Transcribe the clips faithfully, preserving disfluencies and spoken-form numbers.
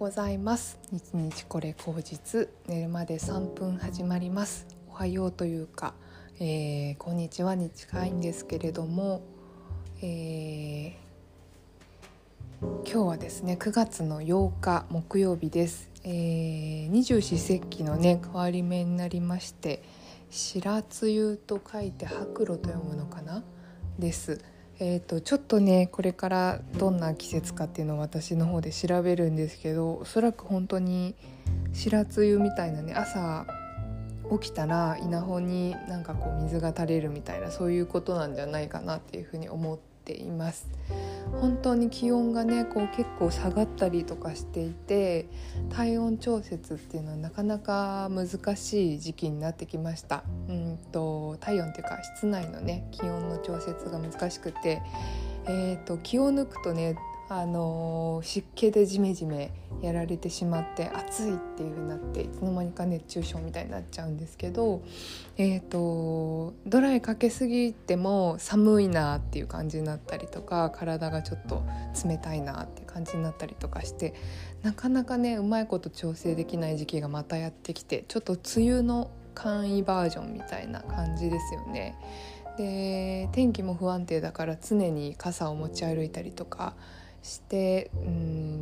ございます。日日これ口実、寝るまでさんぷん始まります。おはようというか、えー、こんにちはに近いんですけれども、えー、今日はですねくがつのようか木曜日です。えー、二十四節気のね変わり目になりまして、白露と書いて白露と読むのかなです。えー、とちょっとねこれからどんな季節かっていうのを私の方で調べるんですけど、おそらく本当に白露みたいなね、朝起きたら稲穂になんかこう水が垂れるみたいな、そういうことなんじゃないかなっていうふうに思っています。本当に気温がねこう結構下がったりとかしていて、体温調節っていうのはなかなか難しい時期になってきました。うんと体温っていうか室内のね気温の調節が難しくて、えーと気を抜くとねあのー、湿気でジメジメやられてしまって暑いっていう風になって、いつの間にか熱中症みたいになっちゃうんですけど、えーとドライかけすぎても寒いなっていう感じになったりとか、体がちょっと冷たいなっていう感じになったりとかして、なかなかねうまいこと調整できない時期がまたやってきて、ちょっと梅雨の簡易バージョンみたいな感じですよね。で天気も不安定だから常に傘を持ち歩いたりとかして、うん、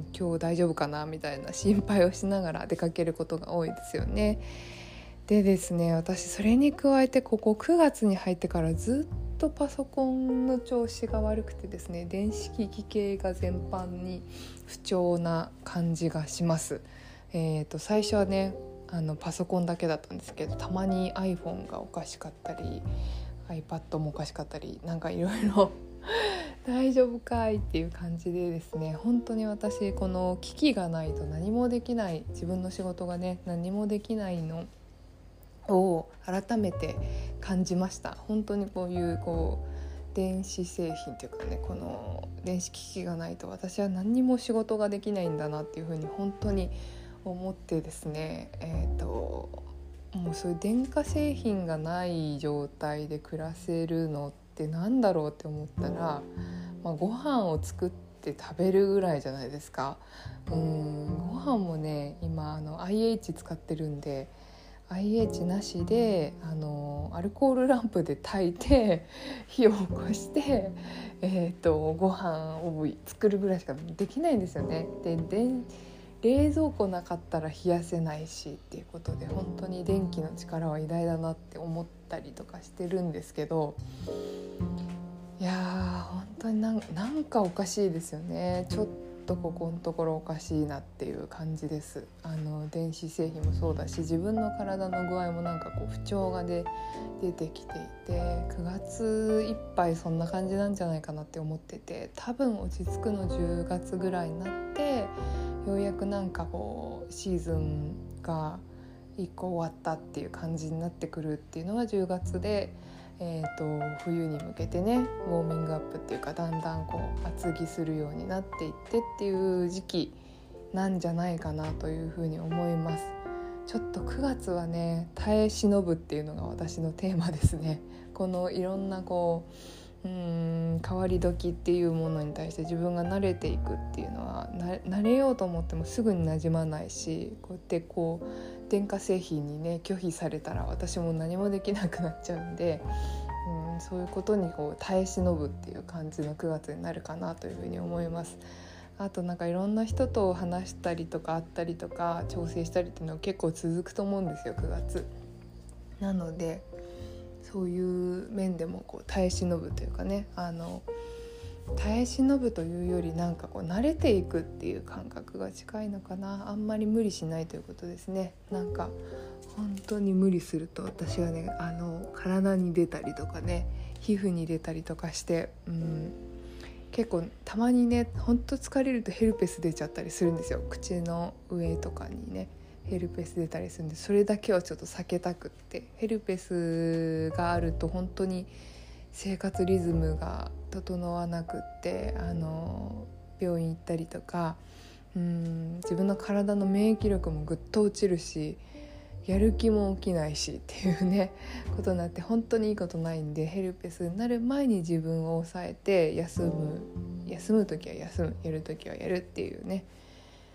今日大丈夫かなみたいな心配をしながら出かけることが多いですよね。でですね、私それに加えてここくがつに入ってからずっとパソコンの調子が悪くてですね、電子機器系が全般に不調な感じがします。えーと、最初はねあのパソコンだけだったんですけど、たまに iPhone がおかしかったり iPad もおかしかったり、なんかいろいろ大丈夫かいっていう感じでですね、本当に私この機器がないと何もできない、自分の仕事がね何もできないのを改めて感じました。本当にこういうこう電子製品というかね、この電子機器がないと私は何にも仕事ができないんだなっていうふうに本当に思ってですね、えーともうそういう電化製品がない状態で暮らせるのってなんだろうって思ったら、まあ、ご飯を作って食べるぐらいじゃないですか。うーんご飯もね今あの アイエイチ 使ってるんで、 アイエイチ なしであのアルコールランプで炊いて火を起こして、えー、とご飯を作るぐらいしかできないんですよね。でで冷蔵庫なかったら冷やせないしっていうことで、本当に電気の力は偉大だなって思ったりとかしてるんですけど、いやー本当になん、なんかおかしいですよね。ちょっとここのところおかしいなっていう感じです。あの電子製品もそうだし、自分の体の具合もなんかこう不調がで出てきていて、くがついっぱいそんな感じなんじゃないかなって思ってて、多分落ち着くのじゅうがつぐらいになって、ようやくなんかこうシーズンがいっこ終わったっていう感じになってくるっていうのがじゅうがつで、えーと冬に向けてねウォーミングアップっていうか、だんだんこう厚着するようになっていってっていう時期なんじゃないかなというふうに思います。ちょっとくがつはね耐え忍ぶっていうのが私のテーマですね。このいろんなこううーん変わり時っていうものに対して自分が慣れていくっていうのは、な慣れようと思ってもすぐに馴染まないし、こうやってこう電化製品にね拒否されたら私も何もできなくなっちゃうんで、うんそういうことにこう耐え忍ぶっていう感じのくがつになるかなというふうに思います。あとなんかいろんな人と話したりとか会ったりとか調整したりっていうのは結構続くと思うんですよ、くがつ。なのでそういう面でもこう耐え忍ぶというかね、あの耐え忍ぶというよりなんかこう慣れていくっていう感覚が近いのかな。あんまり無理しないということですね。なんか本当に無理すると私はねあの体に出たりとかね皮膚に出たりとかして、うん、結構たまにね本当疲れるとヘルペス出ちゃったりするんですよ。口の上とかにねヘルペス出たりするんで、それだけはちょっと避けたくって、ヘルペスがあると本当に生活リズムが整わなくって、あの病院行ったりとか、うーん自分の体の免疫力もぐっと落ちるし、やる気も起きないしっていうねことになって、本当にいいことないんで、ヘルペスになる前に自分を抑えて休む休むときは休む、やるときはやるっていうね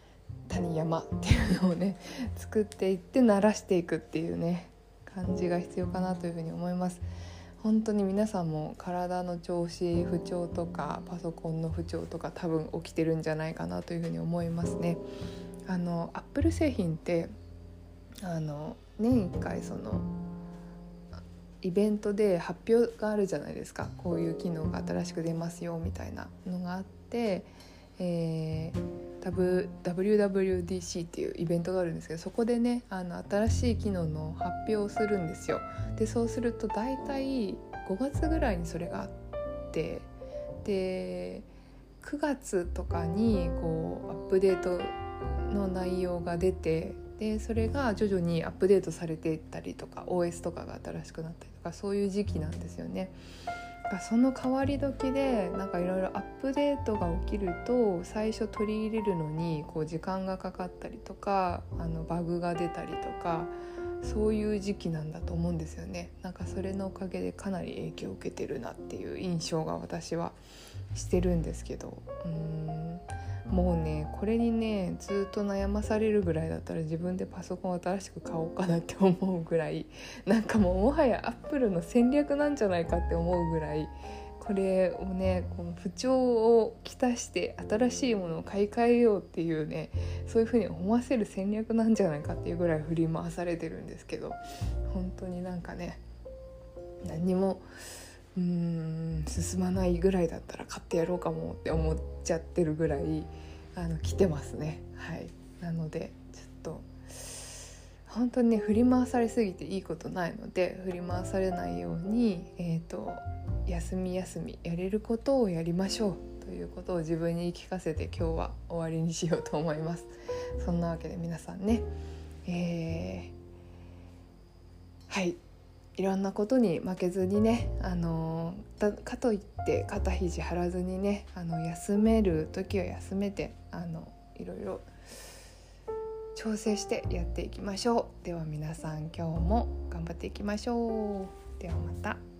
谷山っていうのをね作っていって慣らしていくっていうね感じが必要かなというふうに思います。本当に皆さんも体の調子不調とかパソコンの不調とか多分起きてるんじゃないかなというふうに思いますね。あのアップル製品ってあの年いっかいそのイベントで発表があるじゃないですか。こういう機能が新しく出ますよみたいなのがあって、えー、ダブリューダブリューディーシー っていうイベントがあるんですけど、そこでねあの新しい機能の発表をするんですよ。でそうすると大体ごがつぐらいにそれがあって、でくがつとかにこうアップデートの内容が出て、でそれが徐々にアップデートされていったりとか オーエス とかが新しくなったりとか、そういう時期なんですよね。その変わり時でなんかいろいろアップデートが起きると最初取り入れるのにこう時間がかかったりとか、あのバグが出たりとか、そういう時期なんだと思うんですよね。なんかそれのおかげでかなり影響を受けてるなっていう印象が私はしてるんですけど、うーんもうねこれにねずっと悩まされるぐらいだったら自分でパソコンを新しく買おうかなって思うぐらい、なんかもうもはやアップルの戦略なんじゃないかって思うぐらい、これをねこの不調をきたして新しいものを買い替えようっていうね、そういう風に思わせる戦略なんじゃないかっていうぐらい振り回されてるんですけど、本当になんかね何にもうーん進まないぐらいだったら買ってやろうかもって思っちゃってるぐらいあの来てますね。はい、なのでちょっと本当にね振り回されすぎていいことないので、振り回されないように、えーと、休み休みやれることをやりましょうということを自分に言い聞かせて今日は終わりにしようと思います。そんなわけで皆さんね、えー、はいいろんなことに負けずにね、あのだかといって肩肘張らずにね、あの休める時は休めて、あのいろいろ調整してやっていきましょう。では皆さん今日も頑張っていきましょう。ではまた。